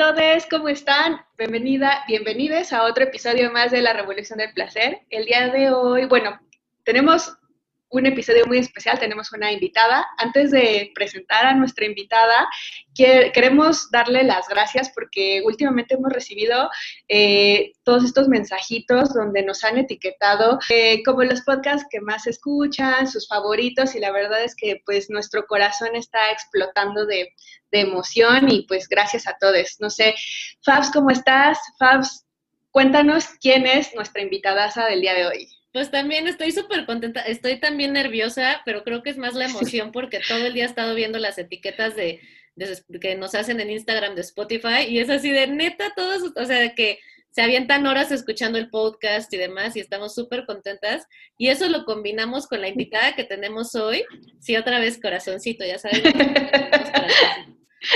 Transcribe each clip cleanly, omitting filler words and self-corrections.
todos, ¿cómo están? Bienvenidos a otro episodio más de La Revolución del Placer. El día de hoy, tenemos un episodio muy especial, tenemos una invitada. Antes de presentar a nuestra invitada, queremos darle las gracias porque últimamente hemos recibido todos estos mensajitos donde nos han etiquetado como los podcasts que más escuchan, sus favoritos, y la verdad es que pues nuestro corazón está explotando de emoción y pues gracias a todos. No sé, Fabs, ¿cómo estás? Fabs, cuéntanos quién es nuestra invitadaza del día de hoy. Pues también estoy súper contenta, estoy también nerviosa, pero creo que es más la emoción porque todo el día he estado viendo las etiquetas que nos hacen en Instagram de Spotify y es así de neta todos, o sea, de que se avientan horas escuchando el podcast y demás y estamos súper contentas y eso lo combinamos con la invitada que tenemos hoy. Sí, otra vez corazoncito, ya sabes, corazoncito.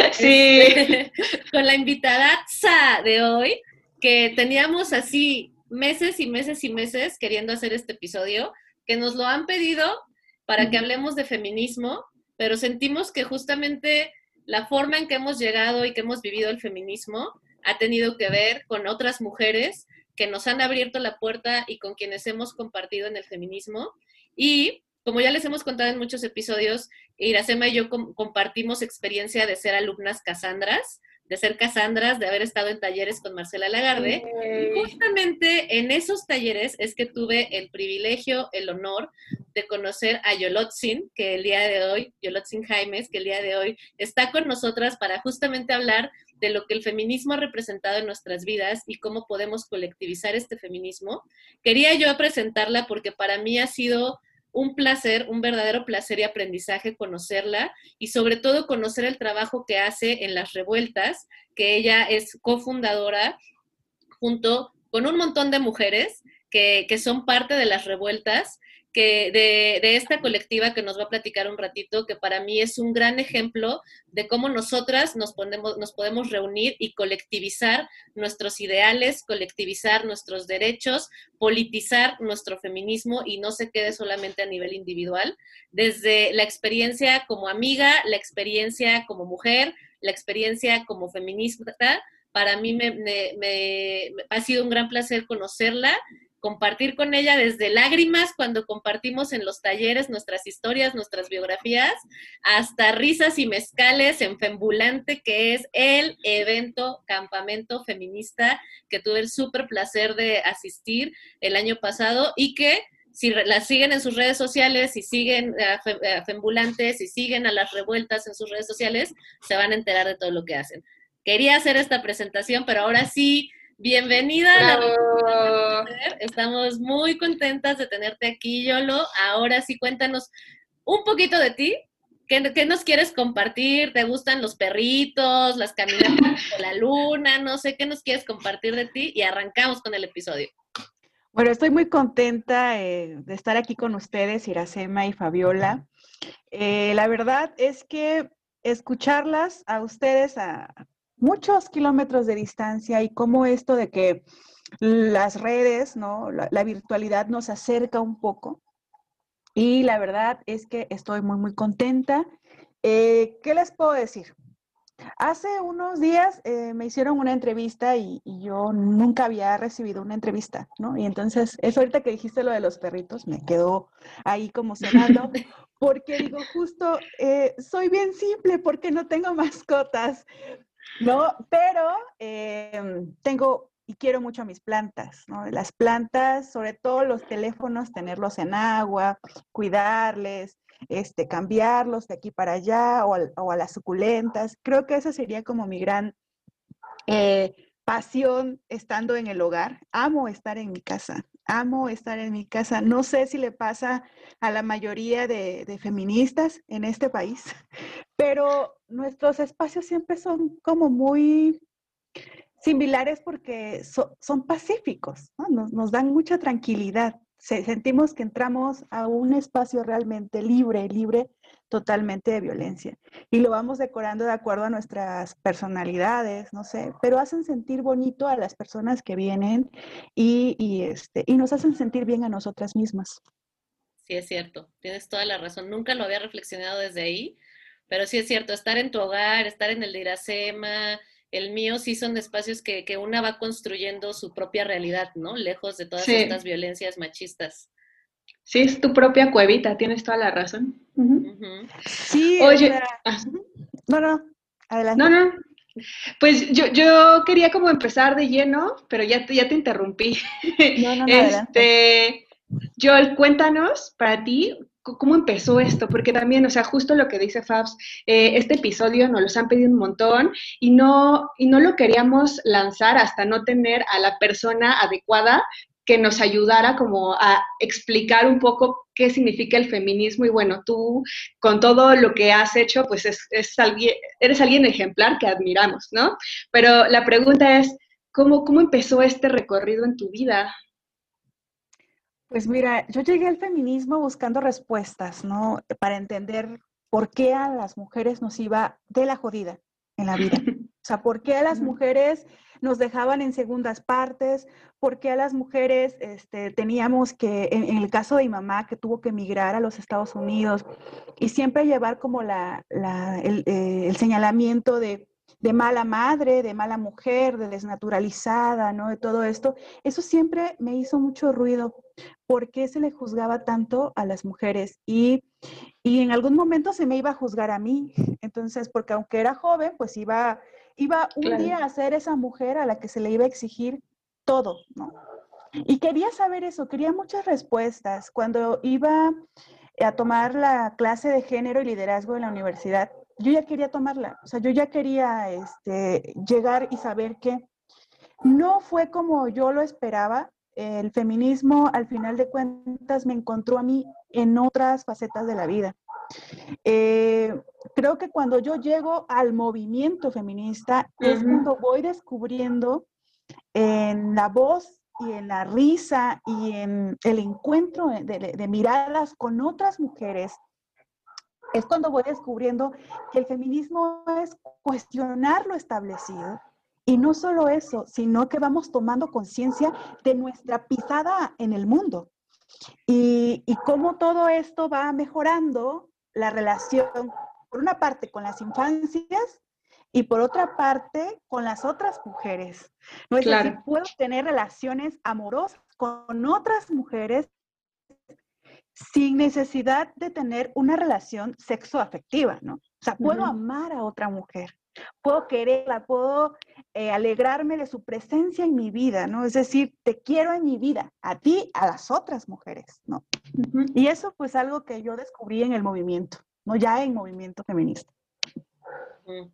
Sí. Con la invitada de hoy, que teníamos así meses y meses y meses queriendo hacer este episodio, que nos lo han pedido para que hablemos de feminismo, pero sentimos que justamente la forma en que hemos llegado y que hemos vivido el feminismo ha tenido que ver con otras mujeres que nos han abierto la puerta y con quienes hemos compartido en el feminismo. Y como ya les hemos contado en muchos episodios, Iracema y yo compartimos experiencia de ser alumnas Casandras, de ser Casandras, de haber estado en talleres con Marcela Lagarde. Y justamente en esos talleres es que tuve el privilegio, el honor de conocer a Yolotzin, que el día de hoy, Yolotzin Jaimes, que el día de hoy está con nosotras para justamente hablar de lo que el feminismo ha representado en nuestras vidas y cómo podemos colectivizar este feminismo. Quería yo presentarla porque para mí ha sido un placer, un verdadero placer y aprendizaje conocerla y sobre todo conocer el trabajo que hace en las revueltas, que ella es cofundadora junto con un montón de mujeres que son parte de las revueltas, que de esta colectiva que nos va a platicar un ratito, que para mí es un gran ejemplo de cómo nosotras nos podemos reunir y colectivizar nuestros ideales, colectivizar nuestros derechos, politizar nuestro feminismo y no se quede solamente a nivel individual. Desde la experiencia como amiga, la experiencia como mujer, la experiencia como feminista, para mí ha sido un gran placer conocerla, compartir con ella desde lágrimas cuando compartimos en los talleres nuestras historias, nuestras biografías, hasta risas y mezcales en Fembulante, que es el evento campamento feminista que tuve el súper placer de asistir el año pasado y que si las siguen en sus redes sociales, si siguen a Fembulante, si siguen a las revueltas en sus redes sociales, se van a enterar de todo lo que hacen. Quería hacer esta presentación, pero ahora sí, bienvenida a la Revolución del Bravo. Placer. Estamos muy contentas de tenerte aquí, Yolo. Ahora sí, cuéntanos un poquito de ti. ¿Qué nos quieres compartir? ¿Te gustan los perritos, las caminatas por la luna? No sé, ¿qué nos quieres compartir de ti? Y arrancamos con el episodio. Bueno, estoy muy contenta de estar aquí con ustedes, Iracema y Fabiola. La verdad es que escucharlas a ustedes a muchos kilómetros de distancia y cómo esto de que las redes, ¿no? La virtualidad nos acerca un poco. Y la verdad es que estoy muy, muy contenta. ¿Qué les puedo decir? Hace unos días me hicieron una entrevista y yo nunca había recibido una entrevista, ¿no? Y entonces, eso ahorita que dijiste lo de los perritos, me quedó ahí como sonando, porque digo, justo, soy bien simple porque no tengo mascotas, ¿no? Pero tengo y quiero mucho a mis plantas, ¿no? Las plantas, sobre todo los teléfonos, tenerlos en agua, cuidarles, cambiarlos de aquí para allá o a las suculentas. Creo que esa sería como mi gran pasión estando en el hogar. Amo estar en mi casa, amo estar en mi casa. No sé si le pasa a la mayoría de feministas en este país, pero nuestros espacios siempre son como muy similares porque son pacíficos, ¿no? Nos dan mucha tranquilidad. Sentimos que entramos a un espacio realmente libre, libre totalmente de violencia. Y lo vamos decorando de acuerdo a nuestras personalidades, no sé, pero hacen sentir bonito a las personas que vienen y nos hacen sentir bien a nosotras mismas. Sí, es cierto, tienes toda la razón. Nunca lo había reflexionado desde ahí, pero sí es cierto, estar en tu hogar, estar en el de Iracema, El mío sí son espacios que una va construyendo su propia realidad, ¿no? Lejos de todas Sí, estas violencias machistas. sí, es tu propia cuevita, tienes toda la razón. Ujú. Ujú. Sí, o Oye, sea, ujú. No, no, no, adelante. no, pues yo quería como empezar de lleno, pero ya te interrumpí. No, no, no, adelante. Este, Joel, cuéntanos para ti cómo empezó esto, porque también, o sea, justo lo que dice Fabs, este episodio nos los han pedido un montón y no lo queríamos lanzar hasta no tener a la persona adecuada que nos ayudara como a explicar un poco qué significa el feminismo y bueno, tú con todo lo que has hecho, pues eres alguien ejemplar que admiramos, ¿no? Pero la pregunta es, ¿cómo empezó este recorrido en tu vida? Pues mira, yo llegué al feminismo buscando respuestas, ¿no? Para entender por qué a las mujeres nos iba de la jodida en la vida. O sea, por qué a las mujeres nos dejaban en segundas partes, por qué a las mujeres teníamos que, en el caso de mi mamá, que tuvo que emigrar a los Estados Unidos y siempre llevar como el señalamiento de mala madre, de mala mujer, de desnaturalizada, ¿no? De todo esto. Eso siempre me hizo mucho ruido. ¿Por qué se le juzgaba tanto a las mujeres? Y en algún momento se me iba a juzgar a mí. Entonces, porque aunque era joven, pues iba un Claro. día a ser esa mujer a la que se le iba a exigir todo, ¿no? Y quería saber eso, quería muchas respuestas. Cuando iba a tomar la clase de género y liderazgo en la universidad, yo ya quería tomarla. O sea, yo ya quería llegar y saber que no fue como yo lo esperaba. El feminismo, al final de cuentas, me encontró a mí en otras facetas de la vida. Eh, Creo que cuando yo llego al movimiento feminista es Ujú. cuando voy descubriendo en la voz y en la risa y en el encuentro de miradas con otras mujeres, es cuando voy descubriendo que el feminismo es cuestionar lo establecido. Y no solo eso, sino que vamos tomando conciencia de nuestra pisada en el mundo y cómo todo esto va mejorando la relación, por una parte, con las infancias y por otra parte, con las otras mujeres. No es decir, Claro, puedo tener relaciones amorosas con otras mujeres sin necesidad de tener una relación sexoafectiva, ¿no? O sea, puedo ujú. amar a otra mujer, puedo quererla, puedo alegrarme de su presencia en mi vida, ¿no? Es decir, te quiero en mi vida, a ti, a las otras mujeres, ¿no? Ujú. Y eso pues algo que yo descubrí en el movimiento, ¿no? Ya en movimiento feminista. Ujú.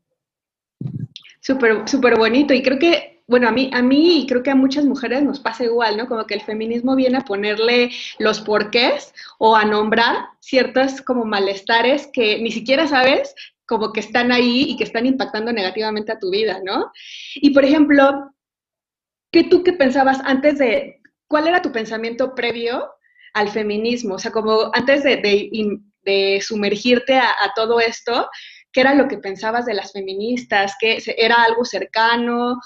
Súper, súper bonito. Y creo que, bueno, a mí y creo que a muchas mujeres nos pasa igual, ¿no? Como que el feminismo viene a ponerle los porqués o a nombrar ciertos como malestares que ni siquiera sabes como que están ahí y que están impactando negativamente a tu vida, ¿no? Y por ejemplo, ¿qué pensabas antes cuál era tu pensamiento previo al feminismo? O sea, como antes de sumergirte a todo esto, ¿qué era lo que pensabas de las feministas? ¿Qué era algo cercano?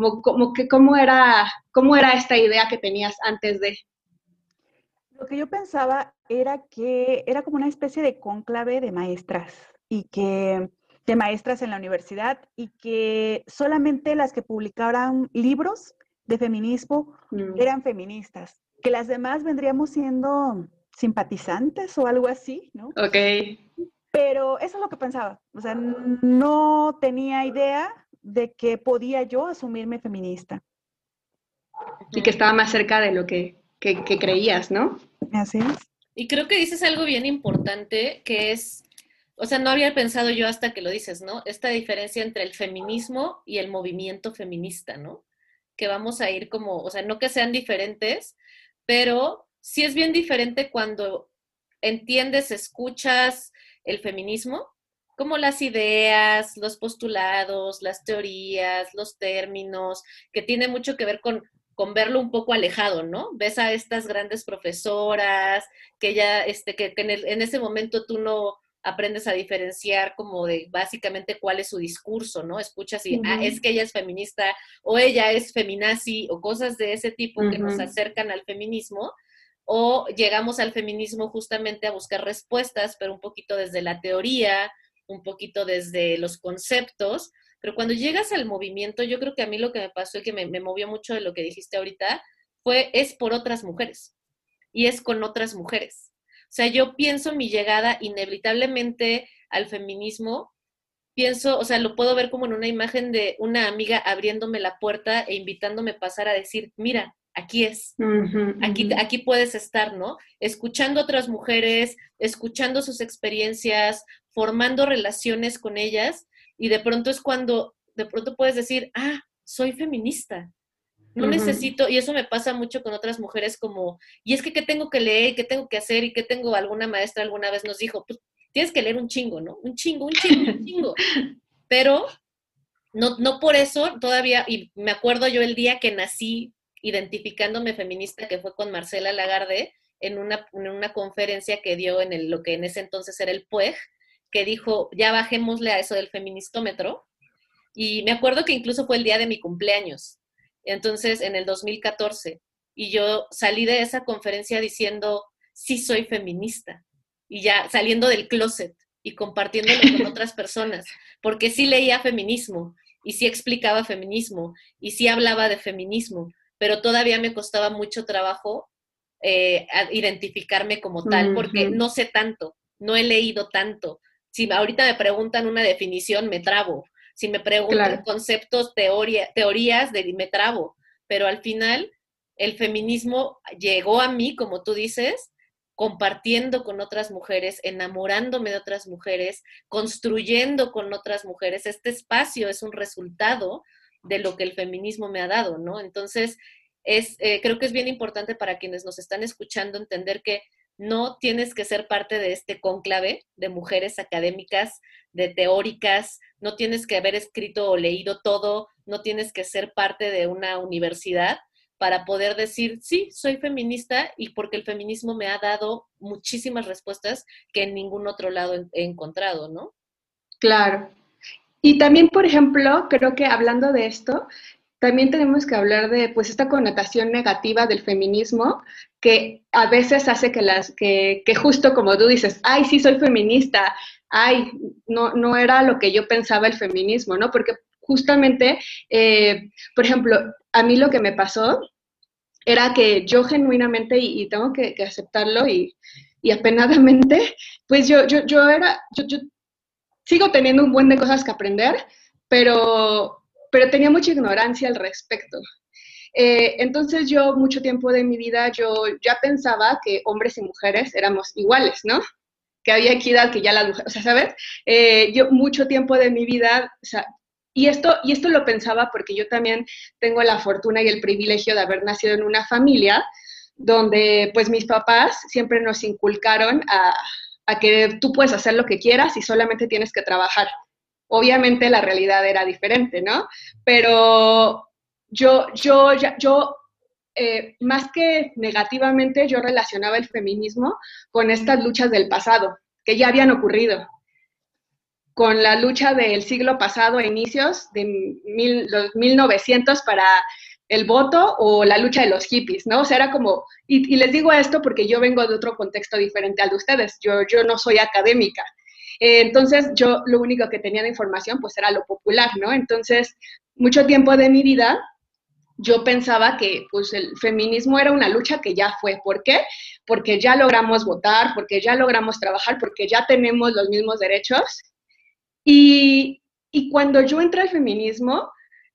¿Cómo era esta idea que tenías antes de? Lo que yo pensaba era que era como una especie de cónclave de maestras y que de maestras en la universidad y que solamente las que publicaran libros de feminismo Mm, eran feministas, que las demás vendríamos siendo simpatizantes o algo así, ¿no? ok. Pero eso es lo que pensaba, o sea, no tenía idea de que podía yo asumirme feminista. Y que Ujú. estaba más cerca de lo que creías, ¿no? Así es. Y creo que dices algo bien importante, que es, o sea, no había pensado yo hasta que lo dices, ¿no? Esta diferencia entre el feminismo y el movimiento feminista, ¿no? Que vamos a ir como, o sea, no que sean diferentes, pero sí es bien diferente cuando entiendes, escuchas el feminismo, como las ideas, los postulados, las teorías, los términos, que tiene mucho que ver con verlo un poco alejado, ¿no? Ves a estas grandes profesoras que ya, que en ese momento tú no aprendes a diferenciar como de básicamente cuál es su discurso, ¿no? Escuchas y, ah, es Ujú, que ella es feminista o ella es feminazi o cosas de ese tipo que nos ujú. acercan al feminismo o llegamos al feminismo justamente a buscar respuestas, pero un poquito desde la teoría, un poquito desde los conceptos, pero cuando llegas al movimiento, yo creo que a mí lo que me pasó y que me movió mucho de lo que dijiste ahorita es por otras mujeres y es con otras mujeres. O sea, yo pienso mi llegada inevitablemente al feminismo, pienso, o sea, lo puedo ver como en una imagen de una amiga abriéndome la puerta e invitándome a pasar a decir, mira, aquí es, aquí puedes estar, ¿no? Escuchando a otras mujeres, escuchando sus experiencias, formando relaciones con ellas, y de pronto es cuando, de pronto puedes decir, soy feminista. No necesito, y eso me pasa mucho con otras mujeres como, y es que ¿qué tengo que leer? ¿Qué tengo que hacer? Y ¿qué tengo? Alguna maestra alguna vez nos dijo, pues tienes que leer un chingo, ¿no? Un chingo. Pero no por eso todavía, y me acuerdo yo el día que nací identificándome feminista, que fue con Marcela Lagarde, en una conferencia que dio en lo que en ese entonces era el PUEG, que dijo, ya bajémosle a eso del feministómetro, y me acuerdo que incluso fue el día de mi cumpleaños, entonces en el 2014, y yo salí de esa conferencia diciendo, sí soy feminista, y ya saliendo del closet y compartiéndolo con otras personas, porque sí leía feminismo, y sí explicaba feminismo, y sí hablaba de feminismo, pero todavía me costaba mucho trabajo identificarme como tal, porque no sé tanto, no he leído tanto. Si ahorita me preguntan una definición, me trabo. Si me preguntan conceptos, teorías, me trabo. Pero al final, el feminismo llegó a mí, como tú dices, compartiendo con otras mujeres, enamorándome de otras mujeres, construyendo con otras mujeres. Este espacio es un resultado de lo que el feminismo me ha dado, ¿no? Entonces, creo que es bien importante para quienes nos están escuchando entender que no tienes que ser parte de este cónclave de mujeres académicas, de teóricas, no tienes que haber escrito o leído todo, no tienes que ser parte de una universidad para poder decir, sí, soy feminista, y porque el feminismo me ha dado muchísimas respuestas que en ningún otro lado he encontrado, ¿no? Claro. Y también, por ejemplo, creo que hablando de esto, también tenemos que hablar de pues esta connotación negativa del feminismo que a veces hace que justo como tú dices, ay, sí soy feminista, ay, no era lo que yo pensaba el feminismo, ¿no? Porque justamente, por ejemplo, a mí lo que me pasó era que yo genuinamente, y tengo que aceptarlo y apenadamente, pues yo sigo teniendo un buen de cosas que aprender, pero tenía mucha ignorancia al respecto. Entonces yo mucho tiempo de mi vida yo ya pensaba que hombres y mujeres éramos iguales, ¿no? Que había equidad, que ya las mujeres, o sea, ¿sabes? Yo mucho tiempo de mi vida, o sea, y esto lo pensaba porque yo también tengo la fortuna y el privilegio de haber nacido en una familia donde pues mis papás siempre nos inculcaron a que tú puedes hacer lo que quieras y solamente tienes que trabajar. Obviamente la realidad era diferente, ¿no? Pero yo más que negativamente, yo relacionaba el feminismo con estas luchas del pasado, que ya habían ocurrido, con la lucha del siglo pasado a inicios de los 1900 para el voto o la lucha de los hippies, ¿no? O sea, era como, y les digo esto porque yo vengo de otro contexto diferente al de ustedes, yo no soy académica, entonces yo lo único que tenía de información pues era lo popular, ¿no? Entonces, mucho tiempo de mi vida yo pensaba que pues el feminismo era una lucha que ya fue. ¿Por qué? Porque ya logramos votar, porque ya logramos trabajar, porque ya tenemos los mismos derechos. Y cuando yo entré al feminismo,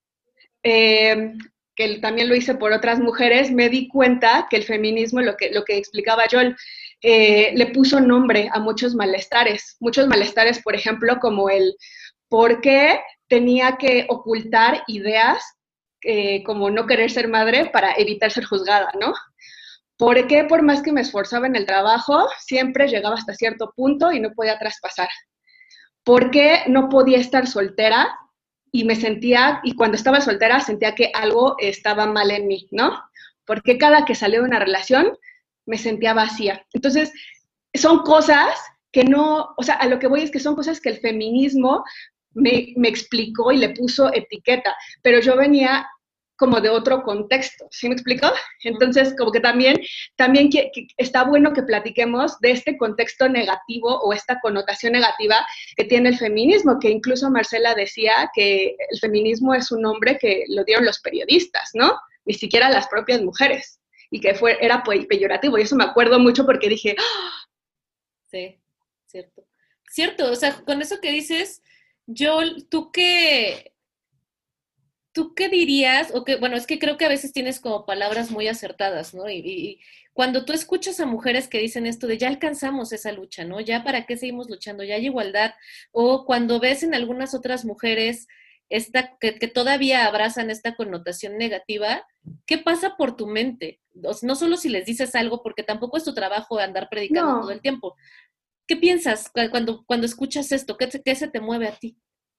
que también lo hice por otras mujeres, me di cuenta que el feminismo, lo que explicaba yo, le puso nombre a muchos malestares, por ejemplo, como el por qué tenía que ocultar ideas como no querer ser madre para evitar ser juzgada, ¿no? ¿Por qué por más que me esforzaba en el trabajo, siempre llegaba hasta cierto punto y no podía traspasar? ¿Por qué no podía estar soltera y y cuando estaba soltera sentía que algo estaba mal en mí, ¿no? Porque cada que salía de una relación me sentía vacía. Entonces, son cosas que no, o sea, a lo que voy es que son cosas que el feminismo me explicó y le puso etiqueta, pero yo venía como de otro contexto, ¿sí me explico? Entonces, como que también que está bueno que platiquemos de este contexto negativo o esta connotación negativa que tiene el feminismo, que incluso Marcela decía que el feminismo es un nombre que lo dieron los periodistas, ¿no? Ni siquiera las propias mujeres, y que era peyorativo, y eso me acuerdo mucho porque dije, ¡oh! Sí, cierto. Cierto, o sea, con eso que dices, yo, ¿tú qué dirías? O que, bueno, es que creo que a veces tienes como palabras muy acertadas, ¿no? Y cuando tú escuchas a mujeres que dicen esto de ya alcanzamos esa lucha, ¿no? Ya para qué seguimos luchando, ya hay igualdad, o cuando ves en algunas otras mujeres que todavía abrazan esta connotación negativa, ¿qué pasa por tu mente? O sea, no solo si les dices algo, porque tampoco es tu trabajo andar predicando todo No, el tiempo. ¿Qué piensas cuando escuchas esto? ¿Qué se te mueve a ti?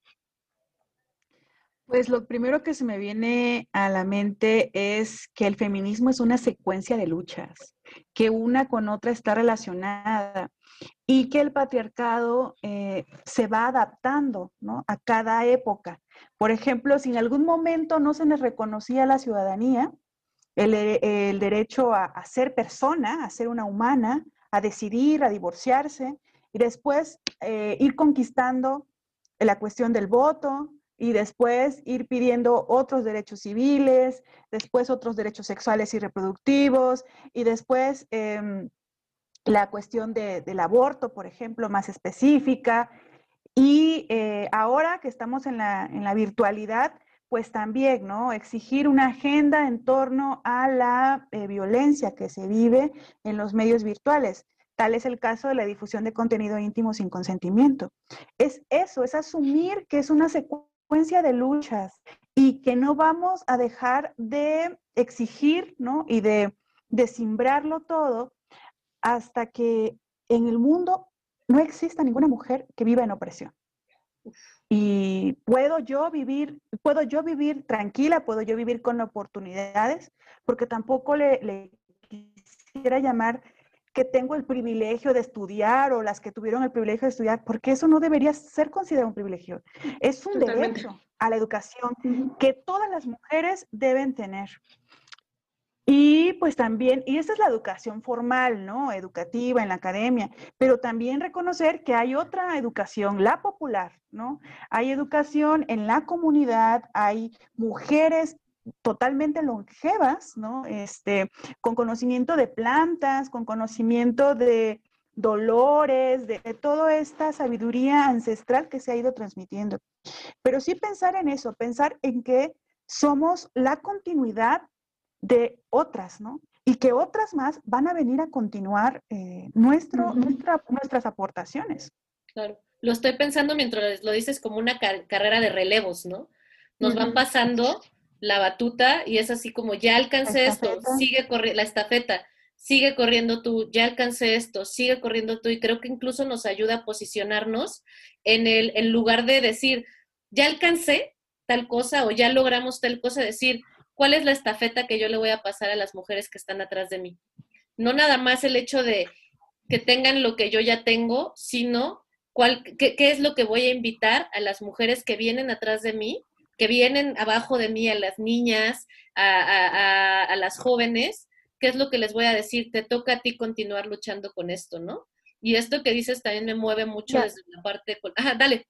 Pues lo primero que se me viene a la mente es que el feminismo es una secuencia de luchas, que una con otra está relacionada y que el patriarcado se va adaptando, ¿no?, a cada época. Por ejemplo, si en algún momento no se les reconocía la ciudadanía, el derecho a ser persona, a ser una humana, a decidir, a divorciarse, y después ir conquistando la cuestión del voto, y después ir pidiendo otros derechos civiles, después otros derechos sexuales y reproductivos, y después la cuestión del aborto, por ejemplo, más específica. Y ahora que estamos en la virtualidad, pues también, ¿no? Exigir una agenda en torno a la violencia que se vive en los medios virtuales. Tal es el caso de la difusión de contenido íntimo sin consentimiento. Es eso, es asumir que es una secuencia de luchas y que no vamos a dejar de exigir, ¿no?, y de simbrarlo todo hasta que en el mundo no exista ninguna mujer que viva en opresión. Y puedo yo vivir tranquila, puedo yo vivir con oportunidades, porque tampoco le quisiera llamar que tengo el privilegio de estudiar o las que tuvieron el privilegio de estudiar, porque eso no debería ser considerado un privilegio. Es un totalmente. derecho a la educación que todas las mujeres deben tener. Y pues también, y esa es la educación formal, ¿no? Educativa en la academia, pero también reconocer que hay otra educación, la popular, ¿no? Hay educación en la comunidad, hay mujeres totalmente longevas, ¿no? Con conocimiento de plantas, con conocimiento de dolores, de toda esta sabiduría ancestral que se ha ido transmitiendo. Pero sí pensar en eso, pensar en que somos la continuidad de otras, ¿no? Y que otras más van a venir a continuar nuestras aportaciones. Claro. Lo estoy pensando mientras lo dices como una carrera de relevos, ¿no? Nos van pasando la batuta y es así como ya alcancé esto, sigue corriendo la estafeta, sigue corriendo tú, ya alcancé esto, sigue corriendo tú, y creo que incluso nos ayuda a posicionarnos en lugar de decir, ya alcancé tal cosa o ya logramos tal cosa, decir, ¿cuál es la estafeta que yo le voy a pasar a las mujeres que están atrás de mí? No nada más el hecho de que tengan lo que yo ya tengo, sino qué es lo que voy a invitar a las mujeres que vienen atrás de mí, que vienen abajo de mí, a las niñas, a las jóvenes, qué es lo que les voy a decir, te toca a ti continuar luchando con esto, ¿no? Y esto que dices también me mueve mucho desde la parte... Ajá, dale.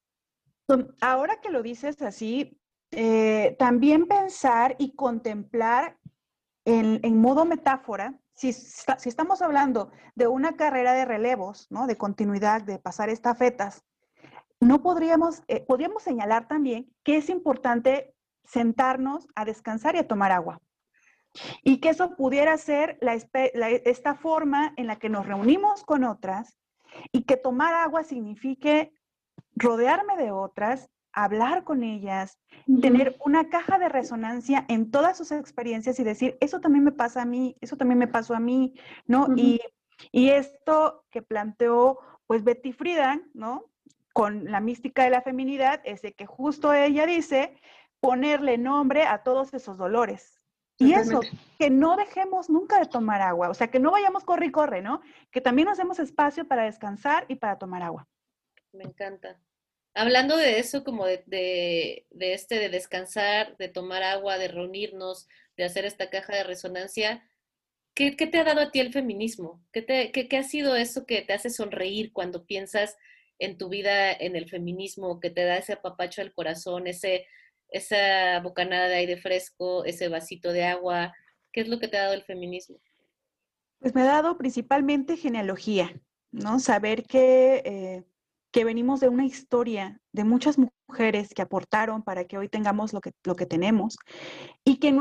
Ahora que lo dices así, también pensar y contemplar en modo metáfora, si estamos hablando de una carrera de relevos, ¿no?, de continuidad, de pasar estafetas, no podríamos señalar también que es importante sentarnos a descansar y a tomar agua. Y que eso pudiera ser esta forma en la que nos reunimos con otras y que tomar agua signifique rodearme de otras, hablar con ellas, tener una caja de resonancia en todas sus experiencias y decir, eso también me pasa a mí, eso también me pasó a mí, ¿no? Y esto que planteó pues Betty Friedan, ¿no?, con la mística de la feminidad, es de que justo ella dice ponerle nombre a todos esos dolores. Totalmente. Y eso, que no dejemos nunca de tomar agua, o sea, que no vayamos corre y corre, ¿no? Que también nos demos espacio para descansar y para tomar agua. Me encanta. Hablando de eso, como de descansar, de tomar agua, de reunirnos, de hacer esta caja de resonancia, ¿qué te ha dado a ti el feminismo? ¿Qué ha sido eso que te hace sonreír cuando piensas en tu vida, en el feminismo, que te da ese apapacho al corazón, esa bocanada de aire fresco, ese vasito de agua? ¿Qué es lo que te ha dado el feminismo? Pues me ha dado principalmente genealogía, ¿no? Saber que venimos de una historia de muchas mujeres que aportaron para que hoy tengamos lo que tenemos y que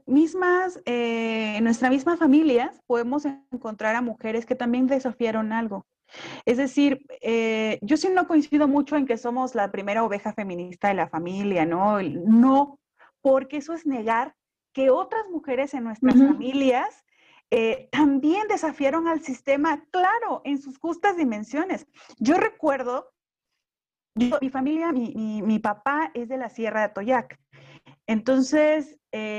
en nuestra misma familia podemos encontrar a mujeres que también desafiaron algo. Es decir, yo sí no coincido mucho en que somos la primera oveja feminista de la familia, ¿no? No, porque eso es negar que otras mujeres en nuestras familias también desafiaron al sistema, claro, en sus justas dimensiones. Yo recuerdo, mi familia, mi papá es de la Sierra de Atoyac. Entonces,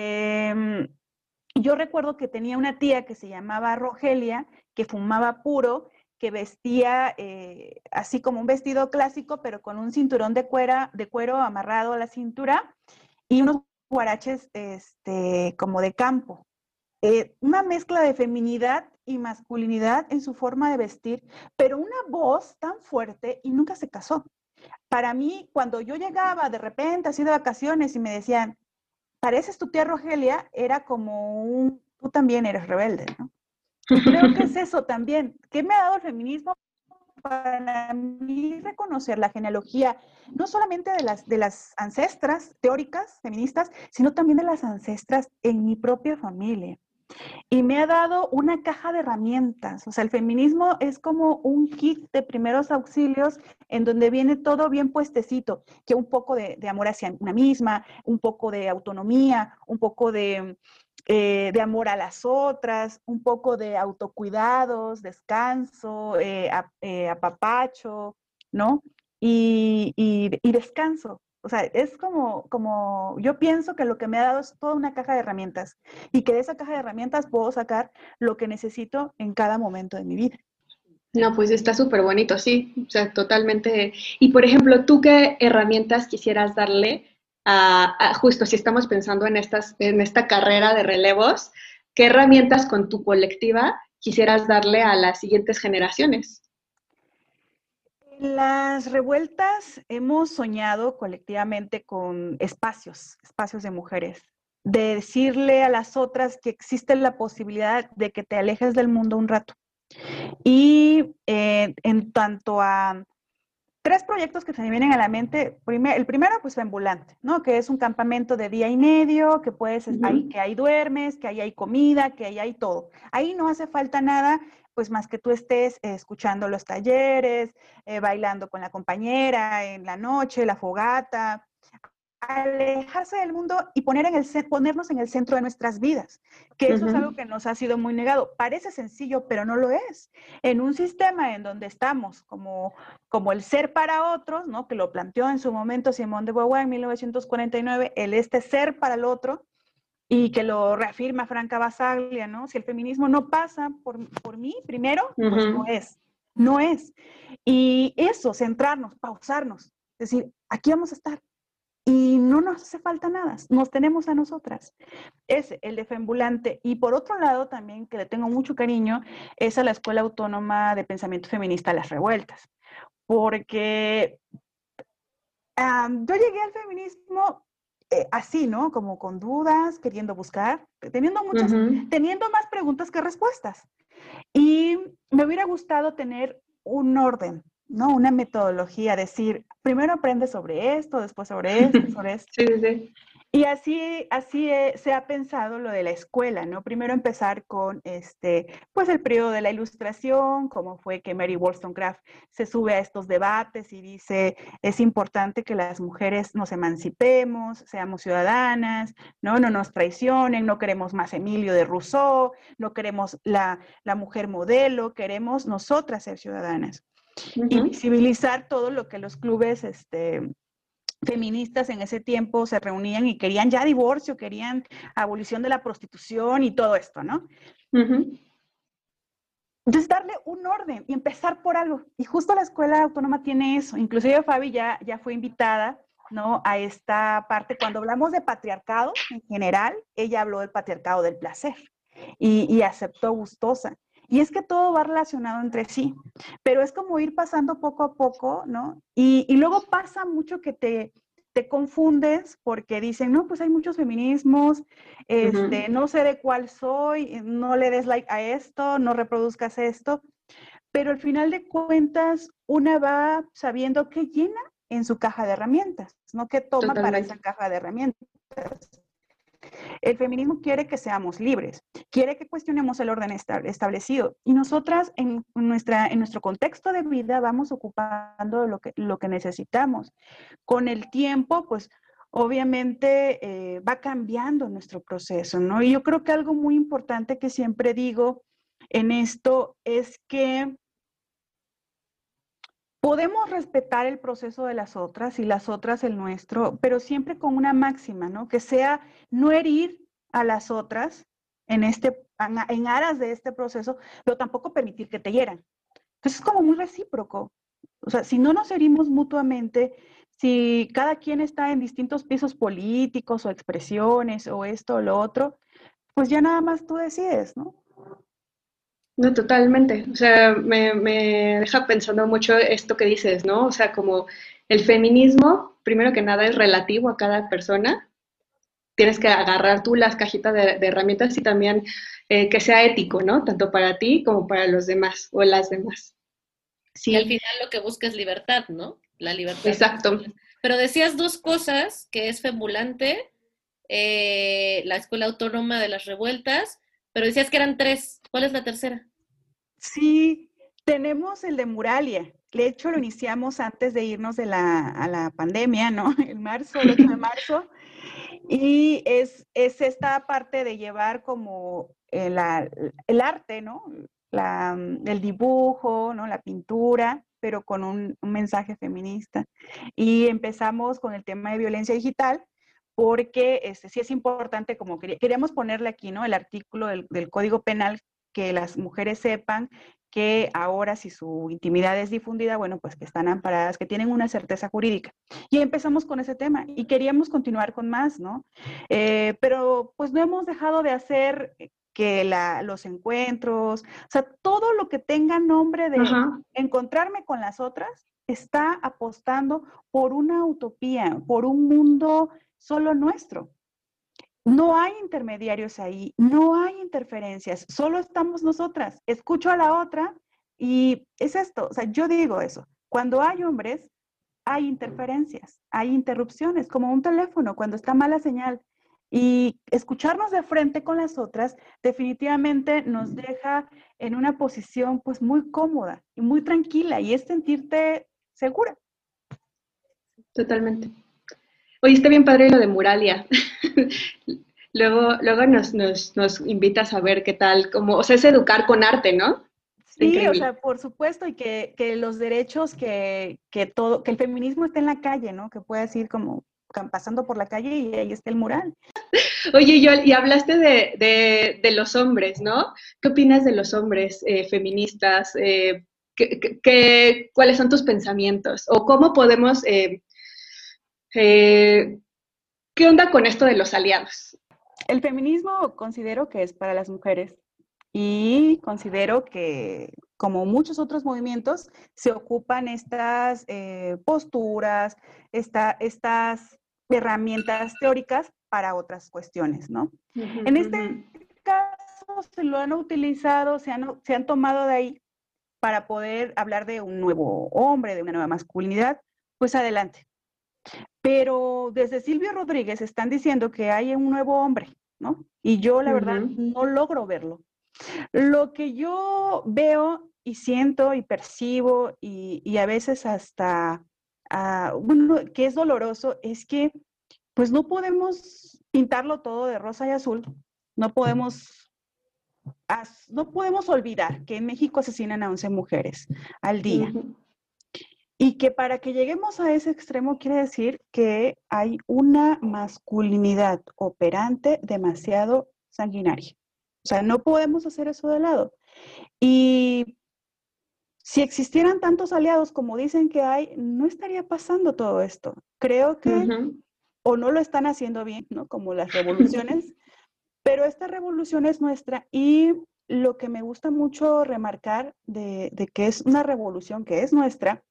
yo recuerdo que tenía una tía que se llamaba Rogelia, que fumaba puro, que vestía así como un vestido clásico, pero con un cinturón de cuero amarrado a la cintura y unos guaraches como de campo. Una mezcla de feminidad y masculinidad en su forma de vestir, pero una voz tan fuerte y nunca se casó. Para mí, cuando yo llegaba de repente así de vacaciones y me decían, pareces tu tía Rogelia, era como tú también eres rebelde, ¿no? Y creo que es eso también. ¿Qué me ha dado el feminismo? Para mí reconocer la genealogía, no solamente de las ancestras teóricas feministas, sino también de las ancestras en mi propia familia. Y me ha dado una caja de herramientas. O sea, el feminismo es como un kit de primeros auxilios en donde viene todo bien puestecito, que un poco de amor hacia una misma, un poco de autonomía, un poco de amor a las otras, un poco de autocuidados, descanso, apapacho, ¿no? Y descanso. O sea, es como yo pienso que lo que me ha dado es toda una caja de herramientas y que de esa caja de herramientas puedo sacar lo que necesito en cada momento de mi vida. No, pues está súper bonito, sí, o sea, totalmente. Y por ejemplo, ¿tú qué herramientas quisieras darle justo si estamos pensando en esta carrera de relevos, qué herramientas con tu colectiva quisieras darle a las siguientes generaciones? En las revueltas hemos soñado colectivamente con espacios de mujeres, de decirle a las otras que existe la posibilidad de que te alejes del mundo un rato. Y en tanto a tres proyectos que se me vienen a la mente. El primero, pues, Ambulante, ¿no? Que es un campamento de día y medio, que puedes, que ahí duermes, que ahí hay comida, que ahí hay todo. Ahí no hace falta nada, pues, más que tú estés escuchando los talleres, bailando con la compañera en la noche, la fogata, alejarse del mundo y ponernos en el centro de nuestras vidas, que eso es algo que nos ha sido muy negado. Parece sencillo, pero no lo es. En un sistema en donde estamos como el ser para otros, ¿no? Que lo planteó en su momento Simone de Beauvoir en 1949, el ser para el otro, y que lo reafirma Franca Basaglia, ¿no? Si el feminismo no pasa por mí primero, pues no es. Y eso, centrarnos, pausarnos, decir, aquí vamos a estar. Y no nos hace falta nada, nos tenemos a nosotras. Ese, el de Fembulante. Y por otro lado, también, que le tengo mucho cariño, es a la Escuela Autónoma de Pensamiento Feminista Las Revueltas. Porque yo llegué al feminismo así, ¿no? Como con dudas, queriendo buscar, teniendo más preguntas que respuestas. Y me hubiera gustado tener un orden, ¿no? Una metodología, decir, primero aprende sobre esto, después sobre esto, sobre esto. Sí, sí, sí. Y así se ha pensado lo de la escuela, ¿no? Primero empezar con pues el periodo de la Ilustración, como fue que Mary Wollstonecraft se sube a estos debates y dice, es importante que las mujeres nos emancipemos, seamos ciudadanas, ¿no? No nos traicionen, no queremos más Emilio de Rousseau, no queremos la mujer modelo, queremos nosotras ser ciudadanas. Y visibilizar todo lo que los clubes, feministas en ese tiempo se reunían y querían ya divorcio, querían abolición de la prostitución y todo esto, ¿no? Entonces, darle un orden y empezar por algo. Y justo la escuela autónoma tiene eso. Inclusive Fabi ya fue invitada, ¿no? A esta parte. Cuando hablamos de patriarcado en general, ella habló del patriarcado del placer y aceptó gustosa. Y es que todo va relacionado entre sí, pero es como ir pasando poco a poco, ¿no? Y luego pasa mucho que te confundes porque dicen, no, pues hay muchos feminismos, no sé de cuál soy, no le des like a esto, no reproduzcas esto, pero al final de cuentas una va sabiendo qué llena en su caja de herramientas, ¿no? ¿Qué toma para esa Totalmente. caja de herramientas? El feminismo quiere que seamos libres, quiere que cuestionemos el orden establecido y nosotras en nuestro contexto de vida vamos ocupando lo que necesitamos. Con el tiempo, pues obviamente va cambiando nuestro proceso, ¿no? Y yo creo que algo muy importante que siempre digo en esto es que podemos respetar el proceso de las otras y las otras el nuestro, pero siempre con una máxima, ¿no? Que sea no herir a las otras en aras de este proceso, pero tampoco permitir que te hieran. Entonces es como muy recíproco. O sea, si no nos herimos mutuamente, si cada quien está en distintos pisos políticos o expresiones o esto o lo otro, pues ya nada más tú decides, ¿no? No, totalmente. O sea, me deja pensando mucho esto que dices, ¿no? O sea, como el feminismo, primero que nada, es relativo a cada persona. Tienes que agarrar tú las cajitas de herramientas y también que sea ético, ¿no? Tanto para ti como para los demás o las demás. Que al Sí, final lo que busca es libertad, ¿no? La libertad de las exacto. escuelas. Pero decías dos cosas, que es Femulante, la Escuela Autónoma de las Revueltas, pero decías que eran tres. ¿Cuál es la tercera? Sí, tenemos el de Muralia. De hecho, lo iniciamos antes de irnos a la pandemia, ¿no? El marzo, el 8 de marzo. Y es esta parte de llevar como el arte, ¿no? El dibujo, ¿no? La pintura, pero con un mensaje feminista. Y empezamos con el tema de violencia digital, porque sí es importante, como queríamos ponerle aquí, ¿no? El artículo del Código Penal, que las mujeres sepan que ahora si su intimidad es difundida, bueno, pues que están amparadas, que tienen una certeza jurídica. Y empezamos con ese tema y queríamos continuar con más, ¿no? Pero pues no hemos dejado de hacer que los encuentros, o sea, todo lo que tenga nombre de Ajá. encontrarme con las otras, está apostando por una utopía, por un mundo solo nuestro. No hay intermediarios ahí, no hay interferencias, solo estamos nosotras. Escucho a la otra y es esto, o sea, yo digo eso. Cuando hay hombres, hay interferencias, hay interrupciones, como un teléfono cuando está mala señal. Y escucharnos de frente con las otras definitivamente nos deja en una posición pues muy cómoda y muy tranquila y es sentirte segura. Totalmente. Oye, está bien padre lo de Muralia. Luego nos invitas a ver qué tal, como, o sea, es educar con arte, ¿no? Está Sí, o increíble. sea, por supuesto, y que los derechos, que el feminismo esté en la calle, ¿no? Que puedas ir como pasando por la calle y ahí está el mural. Oye, y hablaste de los hombres, ¿no? ¿Qué opinas de los hombres feministas? ¿Cuáles son tus pensamientos? ¿O cómo podemos, eh, qué onda con esto de los aliados? El feminismo considero que es para las mujeres y considero que, como muchos otros movimientos, se ocupan estas posturas, estas herramientas teóricas para otras cuestiones, ¿no? Ujú, En este ujú. caso se lo han utilizado, se han tomado de ahí para poder hablar de un nuevo hombre, de una nueva masculinidad, pues adelante. Pero desde Silvio Rodríguez están diciendo que hay un nuevo hombre, ¿no? Y yo la verdad Ujú. no logro verlo. Lo que yo veo y siento y percibo y a veces hasta, bueno, que es doloroso, es que pues no podemos pintarlo todo de rosa y azul, no podemos, no podemos olvidar que en México asesinan a 11 mujeres al día. Ujú. Y que para que lleguemos a ese extremo quiere decir que hay una masculinidad operante demasiado sanguinaria. O sea, no podemos hacer eso de lado. Y si existieran tantos aliados como dicen que hay, no estaría pasando todo esto. Creo que o no lo están haciendo bien, ¿no? Como las revoluciones, pero esta revolución es nuestra y lo que me gusta mucho remarcar de que es una revolución que es nuestra,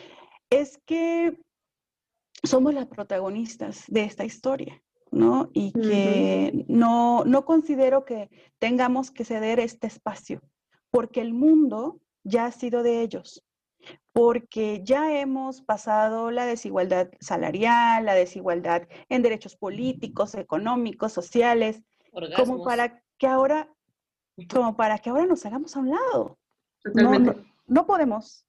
es que somos las protagonistas de esta historia, ¿no? Y que no considero que tengamos que ceder este espacio, porque el mundo ya ha sido de ellos, porque ya hemos pasado la desigualdad salarial, la desigualdad en derechos políticos, económicos, sociales, como Orgasmos. para que ahora, como para que ahora nos hagamos a un lado. Totalmente. No podemos,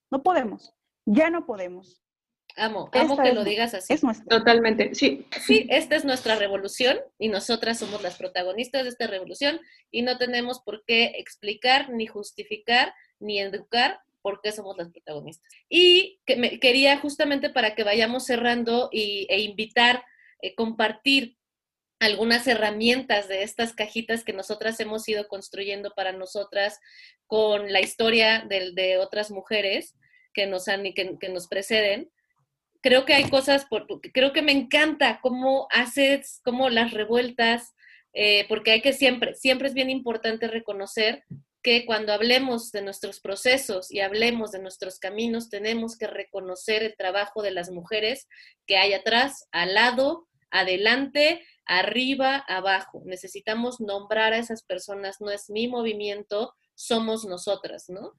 ya no podemos. Amo Esta que lo digas es así. nuestra. Totalmente, sí. Sí, esta es nuestra revolución y nosotras somos las protagonistas de esta revolución y no tenemos por qué explicar, ni justificar, ni educar por qué somos las protagonistas. Y quería justamente para que vayamos cerrando e invitar, compartir algunas herramientas de estas cajitas que nosotras hemos ido construyendo para nosotras con la historia de otras mujeres que nos preceden. Creo que hay cosas, creo que me encanta cómo haces, cómo las revueltas, porque hay que siempre es bien importante reconocer que cuando hablemos de nuestros procesos y hablemos de nuestros caminos, tenemos que reconocer el trabajo de las mujeres que hay atrás, al lado, adelante, arriba, abajo. Necesitamos nombrar a esas personas, no es mi movimiento, somos nosotras, ¿no?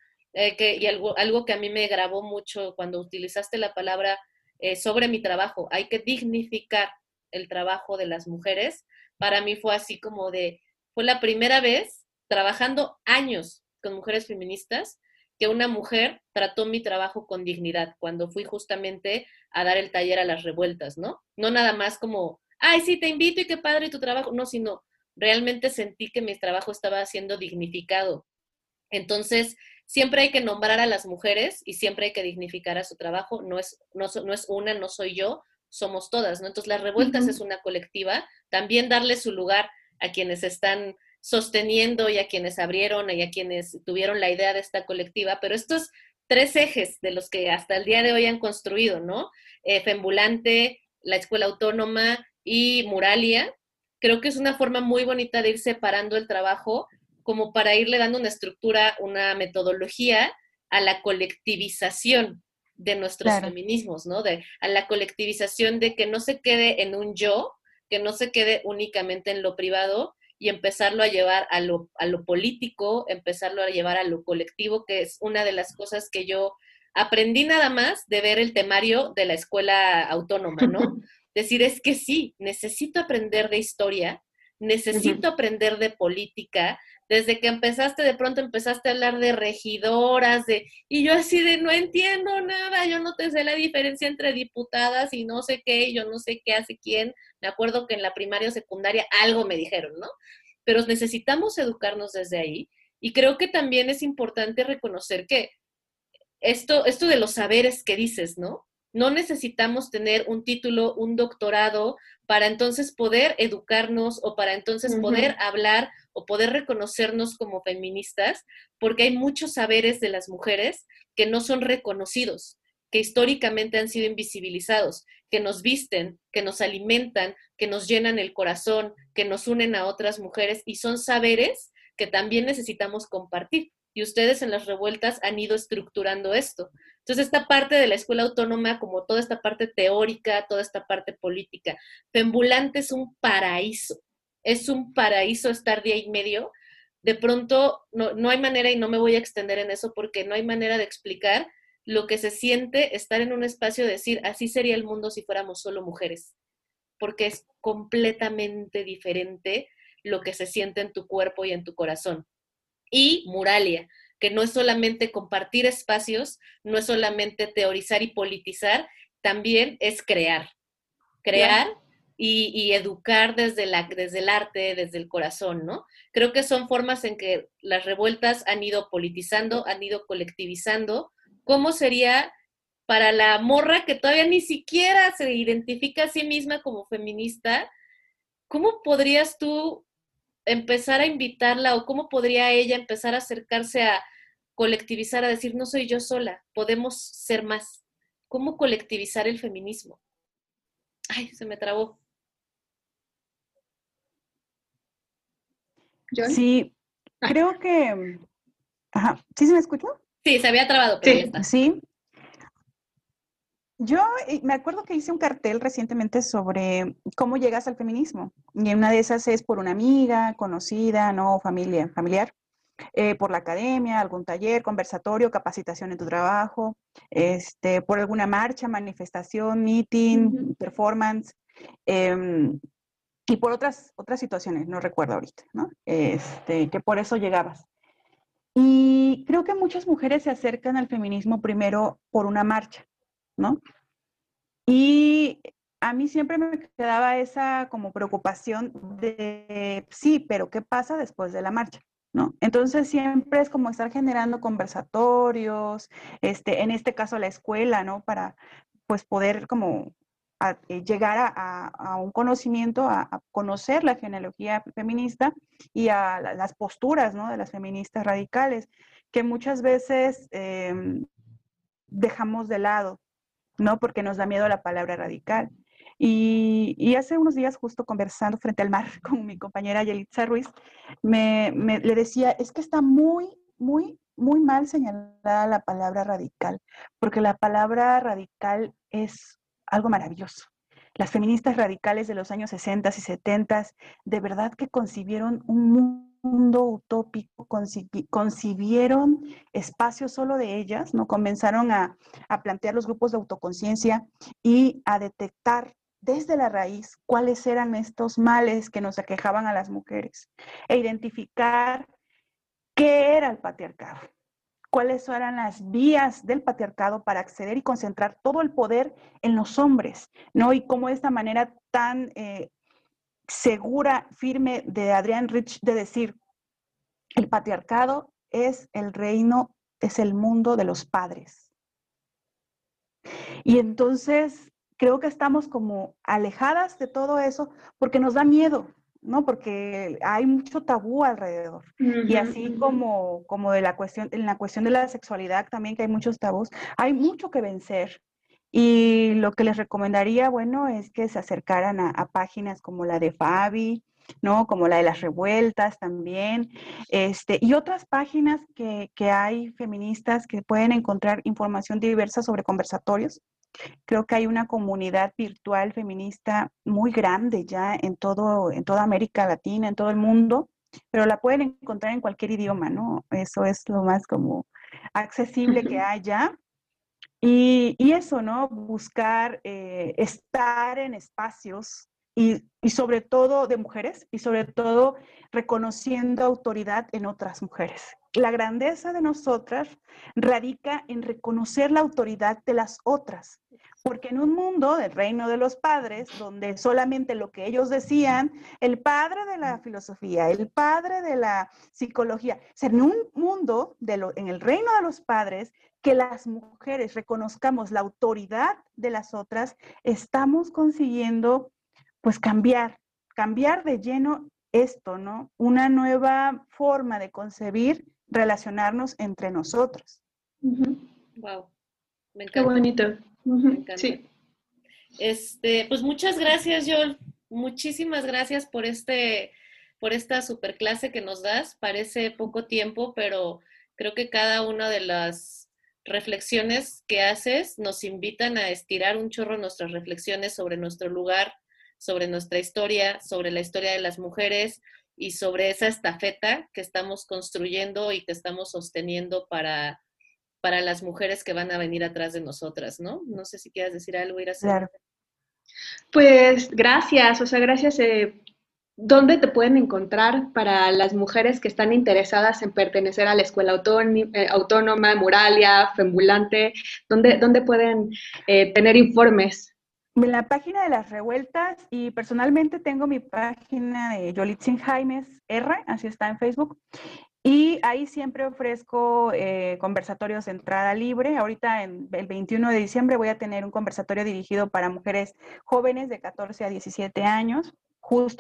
Y algo que a mí me grabó mucho cuando utilizaste la palabra sobre mi trabajo. Hay que dignificar el trabajo de las mujeres. Para mí fue así como fue la primera vez trabajando años con mujeres feministas que una mujer trató mi trabajo con dignidad cuando fui justamente a dar el taller a las revueltas, ¿no? No nada más como, ay, sí, te invito y qué padre tu trabajo, no, sino realmente sentí que mi trabajo estaba siendo dignificado. Entonces, siempre hay que nombrar a las mujeres y siempre hay que dignificar a su trabajo. No es una, no soy yo, somos todas, ¿no? Entonces, las revueltas es una colectiva. También darle su lugar a quienes están sosteniendo y a quienes abrieron y a quienes tuvieron la idea de esta colectiva. Pero estos 3 ejes de los que hasta el día de hoy han construido, ¿no? Fembulante, la Escuela Autónoma y Muralia, creo que es una forma muy bonita de ir separando el trabajo como para irle dando una estructura, una metodología a la colectivización de nuestros feminismos, ¿no? A la colectivización de que no se quede en un yo, que no se quede únicamente en lo privado y empezarlo a llevar a lo político, empezarlo a llevar a lo colectivo, que es una de las cosas que yo aprendí nada más de ver el temario de la Escuela Autónoma, ¿no? Decir, es que sí, necesito aprender de historia, necesito aprender de política. Desde que de pronto empezaste a hablar de regidoras, y yo así de no entiendo nada, yo no te sé la diferencia entre diputadas y no sé qué, yo no sé qué hace quién. Me acuerdo que en la primaria o secundaria algo me dijeron, ¿no? Pero necesitamos educarnos desde ahí y creo que también es importante reconocer que esto de los saberes que dices, ¿no? No necesitamos tener un título, un doctorado para entonces poder educarnos o para entonces poder hablar o poder reconocernos como feministas, porque hay muchos saberes de las mujeres que no son reconocidos, que históricamente han sido invisibilizados, que nos visten, que nos alimentan, que nos llenan el corazón, que nos unen a otras mujeres y son saberes que también necesitamos compartir. Y ustedes en las revueltas han ido estructurando esto. Entonces, esta parte de la escuela autónoma, como toda esta parte teórica, toda esta parte política, Fembulante es un paraíso estar día y medio. De pronto, no hay manera, y no me voy a extender en eso porque no hay manera de explicar lo que se siente estar en un espacio de decir, así sería el mundo si fuéramos solo mujeres, porque es completamente diferente lo que se siente en tu cuerpo y en tu corazón. Y Muralia, que no es solamente compartir espacios, no es solamente teorizar y politizar, también es crear y educar desde el arte, desde el corazón, ¿no? Creo que son formas en que las revueltas han ido politizando, han ido colectivizando. ¿Cómo sería para la morra que todavía ni siquiera se identifica a sí misma como feminista? ¿Cómo podrías tú empezar a invitarla o cómo podría ella empezar a acercarse a colectivizar, a decir, no soy yo sola, podemos ser más? ¿Cómo colectivizar el feminismo? Ay, se me trabó. ¿John? Sí, Ah, creo que... Ajá, ¿sí se me escuchó? Sí, se había trabado, pero ya sí. está. Sí. Yo me acuerdo que hice un cartel recientemente sobre cómo llegas al feminismo. Y una de esas es por una amiga, conocida, ¿no? Familiar. Por la academia, algún taller, conversatorio, capacitación en tu trabajo, por alguna marcha, manifestación, meeting, performance, y por otras situaciones, no recuerdo ahorita, ¿no? Que por eso llegabas. Y creo que muchas mujeres se acercan al feminismo primero por una marcha, ¿no? Y a mí siempre me quedaba esa como preocupación de, sí, pero ¿qué pasa después de la marcha? ¿No? Entonces siempre es como estar generando conversatorios, en este caso la escuela, ¿no? Para pues poder como llegar a un conocimiento, a conocer la genealogía feminista y a las posturas, ¿no? De las feministas radicales, que muchas veces dejamos de lado, ¿no? Porque nos da miedo la palabra radical. Y hace unos días, justo conversando frente al mar con mi compañera Yelitza Ruiz, le decía, es que está muy mal señalada la palabra radical, porque la palabra radical es algo maravilloso. Las feministas radicales de los años 60 y 70 de verdad que concibieron un mundo utópico, concibieron espacios solo de ellas, ¿no? Comenzaron a plantear los grupos de autoconciencia y a detectar desde la raíz cuáles eran estos males que nos aquejaban a las mujeres e identificar qué era el patriarcado, cuáles eran las vías del patriarcado para acceder y concentrar todo el poder en los hombres, ¿no? Y cómo esta manera tan segura, firme de Adrienne Rich de decir, el patriarcado es el reino, es el mundo de los padres. Y entonces creo que estamos como alejadas de todo eso porque nos da miedo, ¿no? Porque hay mucho tabú alrededor. Y así como de en la cuestión de la sexualidad también, que hay muchos tabús, hay mucho que vencer. Y lo que les recomendaría, bueno, es que se acercaran a páginas como la de Fabi, ¿no? Como la de las revueltas también, y otras páginas que hay feministas que pueden encontrar información diversa sobre conversatorios. Creo que hay una comunidad virtual feminista muy grande ya en toda América Latina, en todo el mundo, pero la pueden encontrar en cualquier idioma, ¿no? Eso es lo más como accesible que hay ya. Y eso, ¿no? Buscar estar en espacios y sobre todo de mujeres y sobre todo reconociendo autoridad en otras mujeres. La grandeza de nosotras radica en reconocer la autoridad de las otras, porque en un mundo del reino de los padres, donde solamente lo que ellos decían, el padre de la filosofía, el padre de la psicología, o sea, en un mundo en el reino de los padres, que las mujeres reconozcamos la autoridad de las otras, estamos consiguiendo pues cambiar de lleno esto, ¿no? Una nueva forma de concebir, relacionarnos entre nosotros. Wow, me encanta. Qué bonito. Me encanta. Sí. Pues muchas gracias, Yol. Muchísimas gracias por esta super clase que nos das. Parece poco tiempo, pero creo que cada una de las reflexiones que haces nos invitan a estirar un chorro nuestras reflexiones sobre nuestro lugar, sobre nuestra historia, sobre la historia de las mujeres y sobre esa estafeta que estamos construyendo y que estamos sosteniendo para las mujeres que van a venir atrás de nosotras, ¿no? No sé si quieras decir algo, Iracema. Claro. Pues gracias, o sea, gracias. ¿Dónde te pueden encontrar para las mujeres que están interesadas en pertenecer a la Escuela Autónoma, Muralia, Fembulante? ¿Dónde pueden tener informes? En la página de las revueltas y personalmente tengo mi página de Yolitzin Jaimes R, así está en Facebook. Y ahí siempre ofrezco conversatorios de entrada libre. Ahorita el 21 de diciembre voy a tener un conversatorio dirigido para mujeres jóvenes de 14 a 17 años, justo de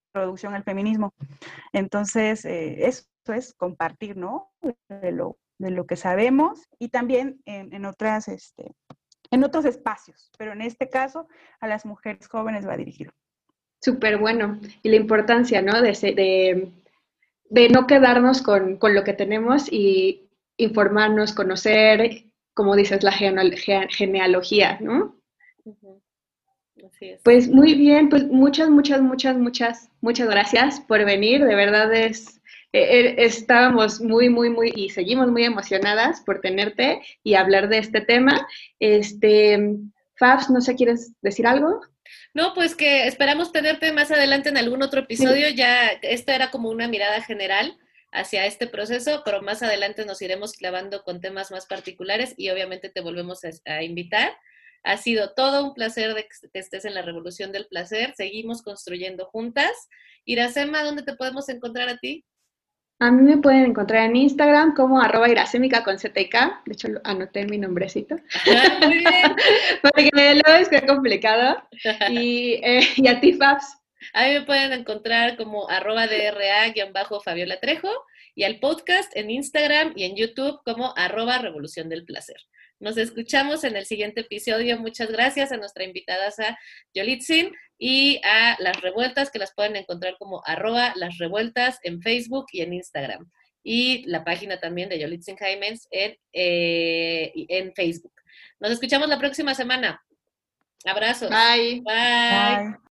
introducción al feminismo. Entonces, eso es compartir, ¿no? De lo que sabemos y también en otros espacios, pero en este caso a las mujeres jóvenes va dirigido. Súper bueno. Y la importancia, ¿no? De no quedarnos con lo que tenemos y informarnos, conocer, como dices, la genealogía, ¿no? Ujú. Así es. Pues muy bien, pues muchas gracias por venir. De verdad estábamos muy y seguimos muy emocionadas por tenerte y hablar de este tema. Fabs, no sé, ¿quieres decir algo? No, pues que esperamos tenerte más adelante en algún otro episodio. Sí. Ya, esta era como una mirada general hacia este proceso, pero más adelante nos iremos clavando con temas más particulares y obviamente te volvemos a invitar. Ha sido todo un placer de que estés en la Revolución del Placer. Seguimos construyendo juntas. Iracema, ¿dónde te podemos encontrar a ti? A mí me pueden encontrar en Instagram como @iracemica con ZK. De hecho, anoté mi nombrecito. Muy bien. Porque luego es que es complicado. Y a ti, Fabs. A mí me pueden encontrar como @DRA_Fabiola Trejo y al podcast en Instagram y en YouTube como @Revolución del Placer. Nos escuchamos en el siguiente episodio. Muchas gracias a nuestra invitada a Yolitzin y a Las Revueltas, que las pueden encontrar como @Las Revueltas en Facebook y en Instagram. Y la página también de Yolitzin Jaimens en Facebook. Nos escuchamos la próxima semana. Abrazos. Bye. Bye. Bye.